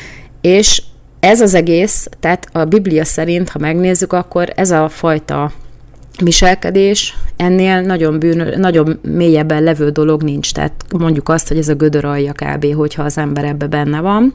és ez az egész, tehát a Biblia szerint, ha megnézzük, akkor ez a fajta viselkedés ennél nagyon, bűn, nagyon mélyebben levő dolog nincs. Tehát mondjuk azt, hogy ez a gödör alja kb., hogyha az ember ebbe benne van.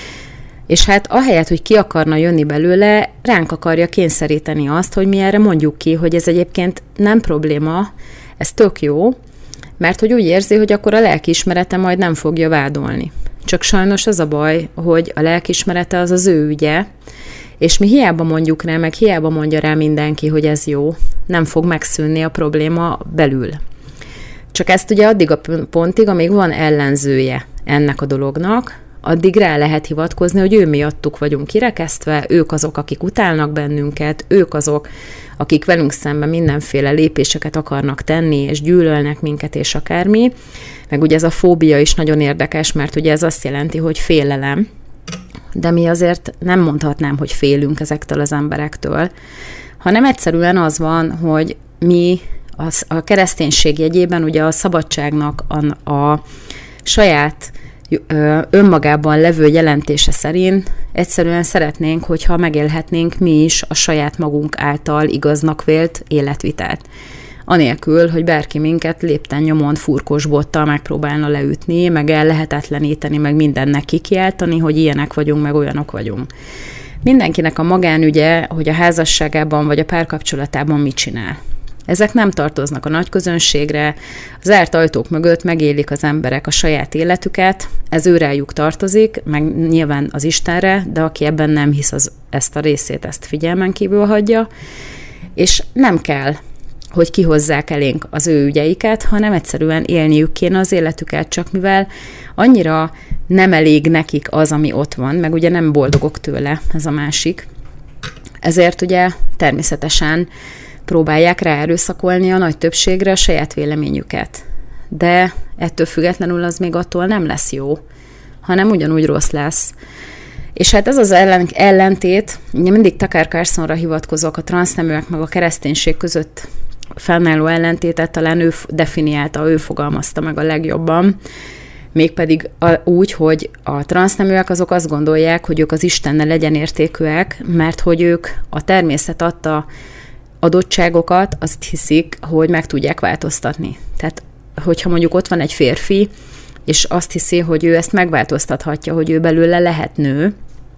És hát ahelyett, hogy ki akarna jönni belőle, ránk akarja kényszeríteni azt, hogy mi erre mondjuk ki, hogy ez egyébként nem probléma, ez tök jó, mert hogy úgy érzi, hogy akkor a lelkiismerete majd nem fogja vádolni. Csak sajnos az a baj, hogy a lelkiismerete az az ő ügye, és mi hiába mondjuk rá, meg hiába mondja rá mindenki, hogy ez jó, nem fog megszűnni a probléma belül. Csak ezt ugye addig a pontig, amíg van ellenzője ennek a dolognak, addig rá lehet hivatkozni, hogy ő miattuk vagyunk kirekesztve, ők azok, akik utálnak bennünket, ők azok, akik velünk szemben mindenféle lépéseket akarnak tenni, és gyűlölnek minket, és akármi. Meg ugye ez a fóbia is nagyon érdekes, mert ugye ez azt jelenti, hogy félelem, de mi azért nem mondhatnám, hogy félünk ezektől az emberektől, hanem egyszerűen az van, hogy mi a kereszténység jegyében ugye a szabadságnak a, a saját önmagában levő jelentése szerint egyszerűen szeretnénk, hogyha megélhetnénk mi is a saját magunk által igaznak vélt életvitelt. Anélkül, hogy bárki minket lépten nyomon furkos bottal megpróbálna leütni, meg ellehetetleníteni, meg mindennek kikiáltani, hogy ilyenek vagyunk, meg olyanok vagyunk. Mindenkinek a magánügye, hogy a házasságában vagy a párkapcsolatában mit csinál. Ezek nem tartoznak a nagy közönségre, az zárt ajtók mögött megélik az emberek a saját életüket, ez őrájuk tartozik, meg nyilván az Istenre, de aki ebben nem hisz, az ezt a részét, ezt figyelmen kívül hagyja, és nem kell, hogy kihozzák elénk az ő ügyeiket, hanem egyszerűen élniük kéne az életüket, csak mivel annyira nem elég nekik az, ami ott van, meg ugye nem boldogok tőle, ez a másik. Ezért ugye természetesen próbálják ráerőszakolni a nagy többségre a saját véleményüket. De ettől függetlenül az még attól nem lesz jó, hanem ugyanúgy rossz lesz. És hát ez az ellen, ellentét, ugye mindig Tucker Carlsonra hivatkozok, a transzneműek meg a kereszténység között fennálló ellentétet talán ő definiálta, ő fogalmazta meg a legjobban, mégpedig a, úgy, hogy a transzneműek azok azt gondolják, hogy ők az Istennel egyenértékűek, mert hogy ők a természet adta adottságokat, azt hiszik, hogy meg tudják változtatni. Tehát, hogyha mondjuk ott van egy férfi, és azt hiszi, hogy ő ezt megváltoztathatja, hogy ő belőle lehet nő,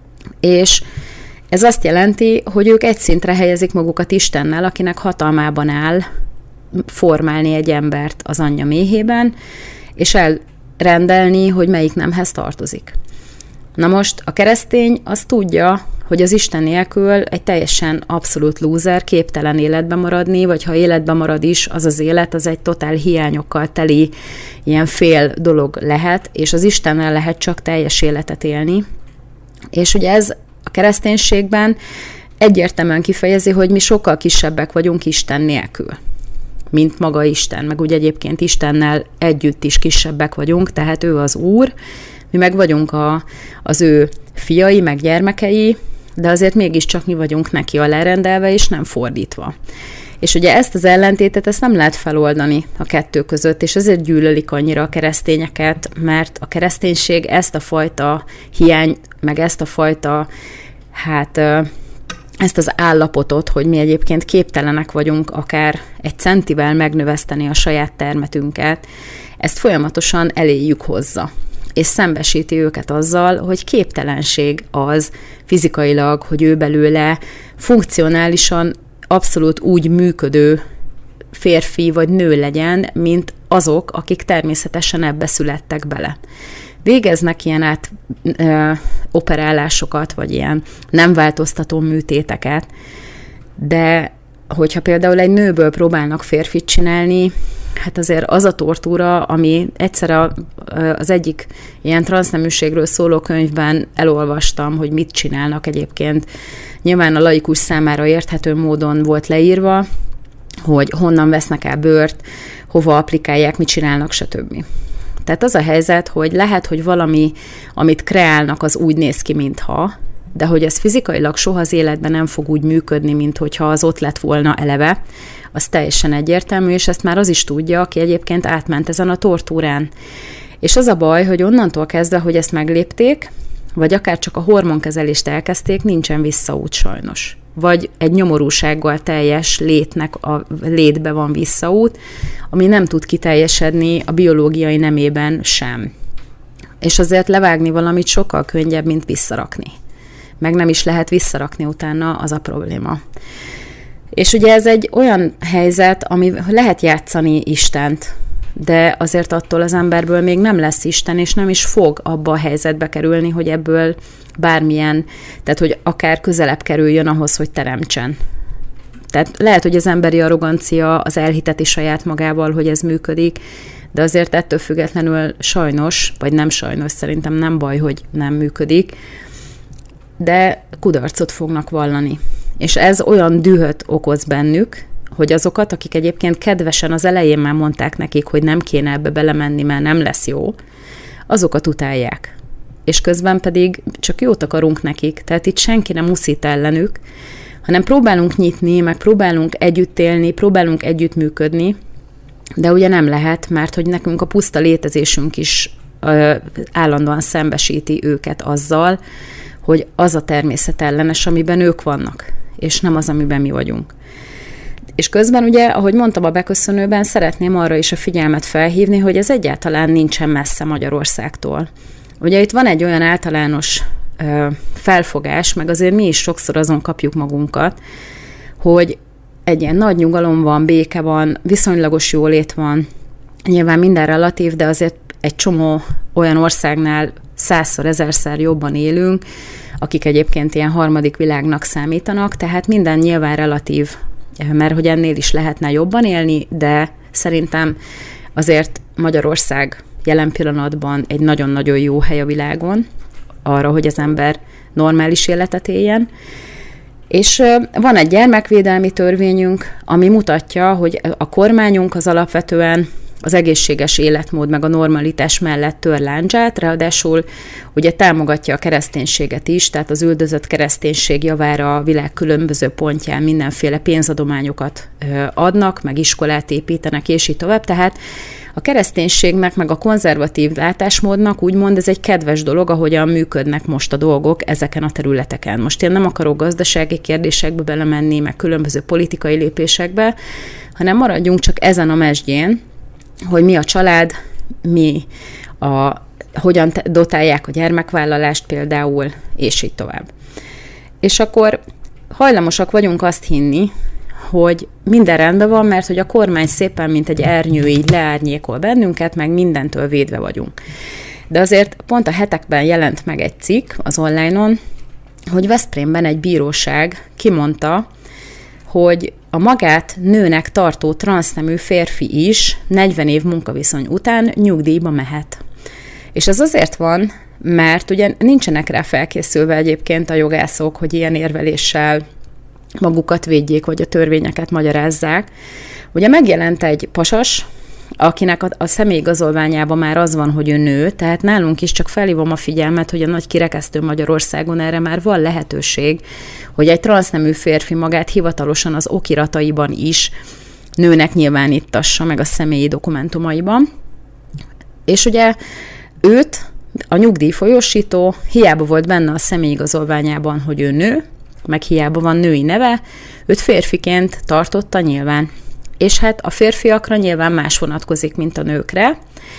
és ez azt jelenti, hogy ők egy szintre helyezik magukat Istennel, akinek hatalmában áll formálni egy embert az anyja méhében, és elrendelni, hogy melyik nemhez tartozik. Na most a keresztény azt tudja, hogy az Isten nélkül egy teljesen abszolút lúzer, képtelen életben maradni, vagy ha életben marad is, az az élet, az egy totál hiányokkal teli ilyen fél dolog lehet, és az Istennel lehet csak teljes életet élni. És ugye ez a kereszténységben egyértelműen kifejezi, hogy mi sokkal kisebbek vagyunk Isten nélkül, mint maga Isten, meg ugye egyébként Istennel együtt is kisebbek vagyunk, tehát ő az Úr, mi meg vagyunk a, az ő fiai, meg gyermekei, de azért mégiscsak mi vagyunk neki alárendelve, és nem fordítva. És ugye ezt az ellentétet, ezt nem lehet feloldani a kettő között, és ezért gyűlölik annyira a keresztényeket, mert a kereszténység ezt a fajta hiány, meg ezt a fajta, hát ezt az állapotot, hogy mi egyébként képtelenek vagyunk akár egy centivel megnöveszteni a saját termetünket, ezt folyamatosan eléjük hozza. És szembesíti őket azzal, hogy képtelenség az fizikailag, hogy ő belőle funkcionálisan abszolút úgy működő férfi vagy nő legyen, mint azok, akik természetesen ebbe születtek bele. Végeznek ilyen át ö, operálásokat, vagy ilyen nem változtató műtéteket, de hogyha például egy nőből próbálnak férfit csinálni, hát azért az a tortúra, ami egyszer a, az egyik ilyen transzneműségről szóló könyvben elolvastam, hogy mit csinálnak egyébként. Nyilván a laikus számára érthető módon volt leírva, hogy honnan vesznek el bőrt, hova applikálják, mit csinálnak, stb. Tehát az a helyzet, hogy lehet, hogy valami, amit kreálnak, az úgy néz ki, mintha, de hogy ez fizikailag soha az életben nem fog úgy működni, mint hogyha az ott lett volna eleve, az teljesen egyértelmű, és ezt már az is tudja, aki egyébként átment ezen a tortúrán. És az a baj, hogy onnantól kezdve, hogy ezt meglépték, vagy akár csak a hormonkezelést elkezdték, nincsen visszaút sajnos. Vagy egy nyomorúsággal teljes létnek a létbe van visszaút, ami nem tud kiteljesedni a biológiai nemében sem. És azért levágni valamit sokkal könnyebb, mint visszarakni. Meg nem is lehet visszarakni utána, az a probléma. És ugye ez egy olyan helyzet, ami lehet játszani Istent, de azért attól az emberből még nem lesz Isten, és nem is fog abba a helyzetbe kerülni, hogy ebből bármilyen, tehát hogy akár közelebb kerüljön ahhoz, hogy teremtsen. Tehát lehet, hogy az emberi arrogancia az elhiteti saját magával, hogy ez működik, de azért ettől függetlenül sajnos, vagy nem sajnos, szerintem nem baj, hogy nem működik, de kudarcot fognak vallani. És ez olyan dühöt okoz bennük, hogy azokat, akik egyébként kedvesen az elején már mondták nekik, hogy nem kéne ebbe belemenni, mert nem lesz jó, azokat utálják. És közben pedig csak jót akarunk nekik, tehát itt senki nem uszít ellenük, hanem próbálunk nyitni, meg próbálunk együtt élni, próbálunk együttműködni, de ugye nem lehet, mert hogy nekünk a puszta létezésünk is ö, állandóan szembesíti őket azzal, hogy az a természet ellenes, amiben ők vannak, és nem az, amiben mi vagyunk. És közben ugye, ahogy mondtam a beköszönőben, szeretném arra is a figyelmet felhívni, hogy ez egyáltalán nincsen messze Magyarországtól. Ugye itt van egy olyan általános ö, felfogás, meg azért mi is sokszor azon kapjuk magunkat, hogy egy ilyen nagy nyugalom van, béke van, viszonylagos jólét van, nyilván minden relatív, de azért egy csomó olyan országnál százszor, ezerszer jobban élünk, akik egyébként ilyen harmadik világnak számítanak, tehát minden nyilván relatív, mert hogy ennél is lehetne jobban élni, de szerintem azért Magyarország jelen pillanatban egy nagyon-nagyon jó hely a világon arra, hogy az ember normális életet éljen. És van egy gyermekvédelmi törvényünk, ami mutatja, hogy a kormányunk az alapvetően az egészséges életmód meg a normalitás mellett tör lándzsát, ráadásul ugye támogatja a kereszténységet is, tehát az üldözött kereszténység javára a világ különböző pontján mindenféle pénzadományokat adnak, meg iskolát építenek, és így tovább. Tehát a kereszténységnek, meg a konzervatív látásmódnak úgymond ez egy kedves dolog, ahogyan működnek most a dolgok ezeken a területeken. Most én nem akarok gazdasági kérdésekbe belemenni, meg különböző politikai lépésekbe, hanem maradjunk csak ezen a mesdjén, hogy mi a család, mi a, hogyan dotálják a gyermekvállalást például, és így tovább. És akkor hajlamosak vagyunk azt hinni, hogy minden rendben van, mert hogy a kormány szépen, mint egy ernyő így leárnyékol bennünket, meg mindentől védve vagyunk. De azért pont a hetekben jelent meg egy cikk az online-on, hogy Veszprémben egy bíróság kimondta, hogy a magát nőnek tartó transznemű férfi is negyven év munkaviszony után nyugdíjba mehet. És ez azért van, mert ugye nincsenek rá felkészülve egyébként a jogászok, hogy ilyen érveléssel magukat védjék, vagy a törvényeket magyarázzák. Ugye megjelent egy pasas, akinek a, a személyigazolványában már az van, hogy ő nő, tehát nálunk is csak felhívom a figyelmet, hogy a nagy kirekesztő Magyarországon erre már van lehetőség, hogy egy transznemű férfi magát hivatalosan az okirataiban is nőnek nyilvánítassa, meg a személyi dokumentumaiban. És ugye őt, a nyugdíjfolyósító hiába volt benne a személyigazolványában, hogy ő nő, meg hiába van női neve, őt férfiként tartotta nyilván. És hát a férfiakra nyilván más vonatkozik, mint a nőkre,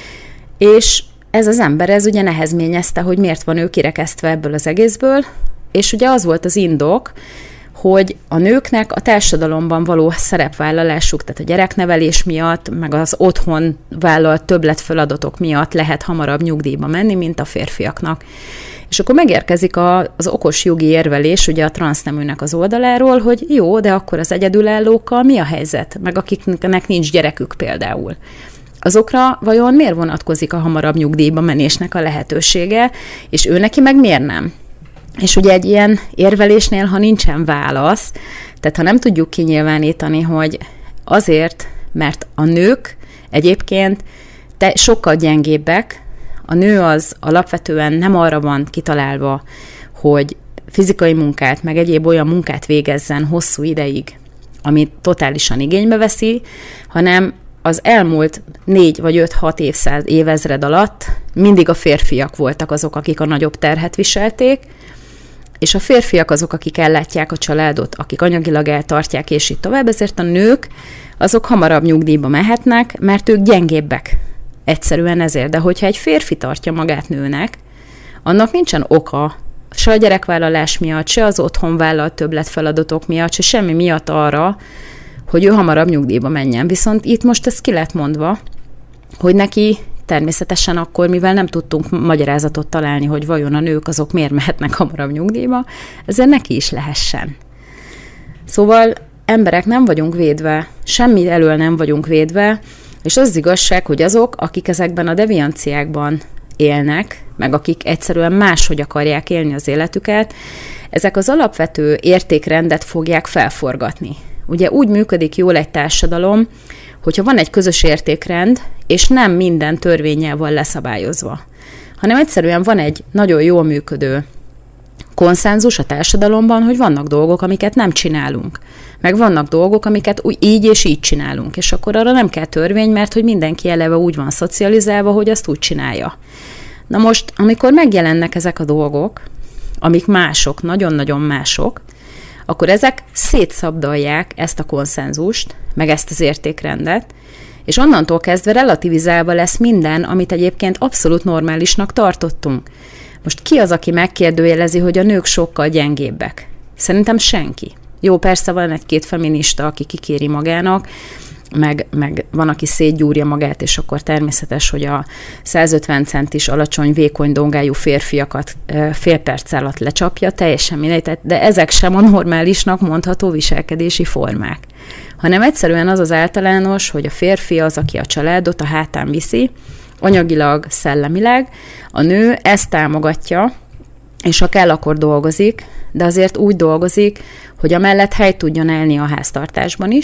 és ez az ember, ez ugye nehezményezte, hogy miért van ő kirekesztve ebből az egészből, és ugye az volt az indok, hogy a nőknek a társadalomban való szerepvállalásuk, tehát a gyereknevelés miatt, meg az otthon vállalt többletfeladatok miatt lehet hamarabb nyugdíjba menni, mint a férfiaknak. És akkor megérkezik a, az okos jogi érvelés ugye a transzneműnek az oldaláról, hogy jó, de akkor az egyedülállókkal mi a helyzet? Meg akiknek nincs gyerekük például. Azokra vajon miért vonatkozik a hamarabb nyugdíjba menésnek a lehetősége, és ő neki meg miért nem? És ugye egy ilyen érvelésnél, ha nincsen válasz, tehát ha nem tudjuk kinyilvánítani, hogy azért, mert a nők egyébként te sokkal gyengébbek, a nő az alapvetően nem arra van kitalálva, hogy fizikai munkát, meg egyéb olyan munkát végezzen hosszú ideig, amit totálisan igénybe veszi, hanem az elmúlt négy vagy öt-hat évszáz évezred alatt mindig a férfiak voltak azok, akik a nagyobb terhet viselték, és a férfiak azok, akik ellátják a családot, akik anyagilag eltartják, és így tovább, ezért a nők azok hamarabb nyugdíjba mehetnek, mert ők gyengébbek. Egyszerűen ezért. De hogyha egy férfi tartja magát nőnek, annak nincsen oka, se a gyerekvállalás miatt, se az otthon vállalt többletfeladatok miatt, se semmi miatt arra, hogy ő hamarabb nyugdíjba menjen. Viszont itt most ez ki lett mondva, hogy neki természetesen akkor, mivel nem tudtunk magyarázatot találni, hogy vajon a nők azok miért mehetnek hamarabb nyugdíjba, ezért neki is lehessen. Szóval emberek nem vagyunk védve, semmi elől nem vagyunk védve, és az igazság, hogy azok, akik ezekben a devianciákban élnek, meg akik egyszerűen máshogy akarják élni az életüket, ezek az alapvető értékrendet fogják felforgatni. Ugye úgy működik jól egy társadalom, hogyha van egy közös értékrend, és nem minden törvénnyel van leszabályozva, hanem egyszerűen van egy nagyon jól működő konszenzus a társadalomban, hogy vannak dolgok, amiket nem csinálunk. Meg vannak dolgok, amiket úgy, így és így csinálunk. És akkor arra nem kell törvény, mert hogy mindenki eleve úgy van szocializálva, hogy azt úgy csinálja. Na most, amikor megjelennek ezek a dolgok, amik mások, nagyon-nagyon mások, akkor ezek szétszabdalják ezt a konszenzust, meg ezt az értékrendet, és onnantól kezdve relativizálva lesz minden, amit egyébként abszolút normálisnak tartottunk. Most ki az, aki megkérdőjelezi, hogy a nők sokkal gyengébbek? Szerintem senki. Jó, persze van egy-két feminista, aki kikéri magának, meg, meg van, aki szétgyúrja magát, és akkor természetes, hogy a százötven centis alacsony, vékony dongájú férfiakat fél perc alatt lecsapja, teljesen mindegy, de ezek sem a normálisnak mondható viselkedési formák. Hanem egyszerűen az az általános, hogy a férfi az, aki a családot a hátán viszi, anyagilag, szellemileg, a nő ezt támogatja, és ha kell, akkor dolgozik, de azért úgy dolgozik, hogy amellett helyt tudjon állni a háztartásban is,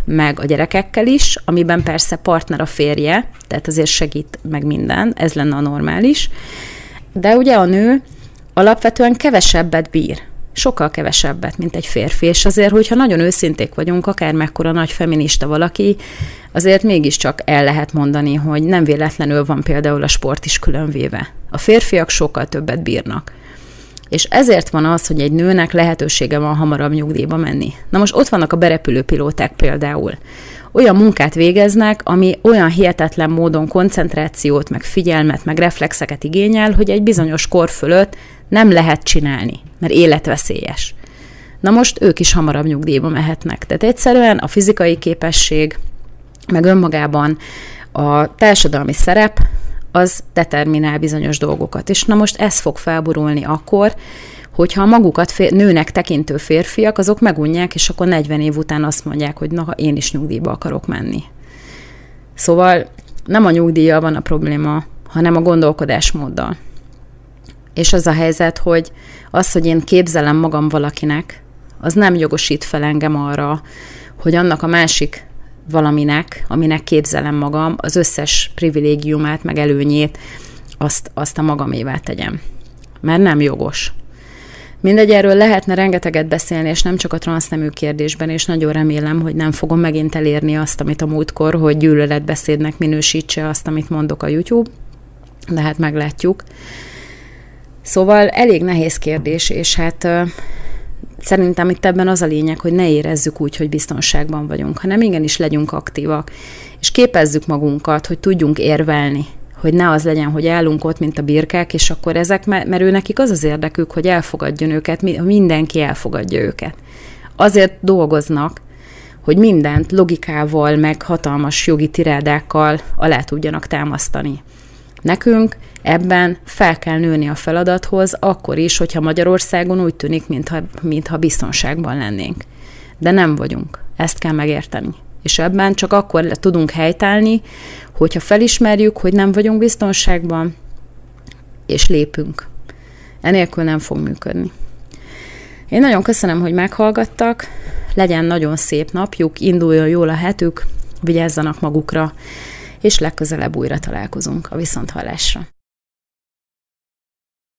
meg a gyerekekkel is, amiben persze partner a férje, tehát azért segít meg minden, ez lenne a normális. De ugye a nő alapvetően kevesebbet bír, sokkal kevesebbet, mint egy férfi, és azért, hogyha nagyon őszinték vagyunk, akár mekkora nagy feminista valaki, azért mégiscsak el lehet mondani, hogy nem véletlenül van például a sport is különvéve. A férfiak sokkal többet bírnak. És ezért van az, hogy egy nőnek lehetősége van hamarabb nyugdíjba menni. Na most ott vannak a berepülő pilóták például. Olyan munkát végeznek, ami olyan hihetetlen módon koncentrációt, meg figyelmet, meg reflexeket igényel, hogy egy bizonyos kor fölött nem lehet csinálni, mert életveszélyes. Na most ők is hamarabb nyugdíjba mehetnek. Tehát egyszerűen a fizikai képesség, meg önmagában a társadalmi szerep, az determinál bizonyos dolgokat. És na most ez fog felborulni akkor, hogyha magukat fér, nőnek tekintő férfiak, azok megunják, és akkor negyven év után azt mondják, hogy na, én is nyugdíjba akarok menni. Szóval nem a nyugdíjjal van a probléma, hanem a gondolkodásmóddal. És az a helyzet, hogy az, hogy én képzelem magam valakinek, az nem jogosít fel engem arra, hogy annak a másik valaminek, aminek képzelem magam, az összes privilégiumát, meg előnyét, azt, azt a magamévá tegyem. Mert nem jogos. Mindegy, erről lehetne rengeteget beszélni, és nem csak a transznemű kérdésben, és nagyon remélem, hogy nem fogom megint elérni azt, amit a múltkor, hogy gyűlöletbeszédnek minősítse azt, amit mondok a YouTube, de hát meglátjuk. Szóval elég nehéz kérdés, és hát uh, szerintem itt ebben az a lényeg, hogy ne érezzük úgy, hogy biztonságban vagyunk, hanem igenis legyünk aktívak, és képezzük magunkat, hogy tudjunk érvelni, hogy ne az legyen, hogy állunk ott, mint a birkák, és akkor ezek, mert ő nekik az az érdekük, hogy elfogadjon őket, mindenki elfogadja őket. Azért dolgoznak, hogy mindent logikával, meg hatalmas jogi tirádákkal alá tudjanak támasztani. Nekünk ebben fel kell nőni a feladathoz, akkor is, hogyha Magyarországon úgy tűnik, mintha, mintha biztonságban lennénk. De nem vagyunk. Ezt kell megérteni. És ebben csak akkor tudunk helytállni, hogyha felismerjük, hogy nem vagyunk biztonságban, és lépünk. Enélkül nem fog működni. Én nagyon köszönöm, hogy meghallgattak, legyen nagyon szép napjuk, induljon jól a hetük, vigyázzanak magukra, és legközelebb újra találkozunk a viszonthallásra.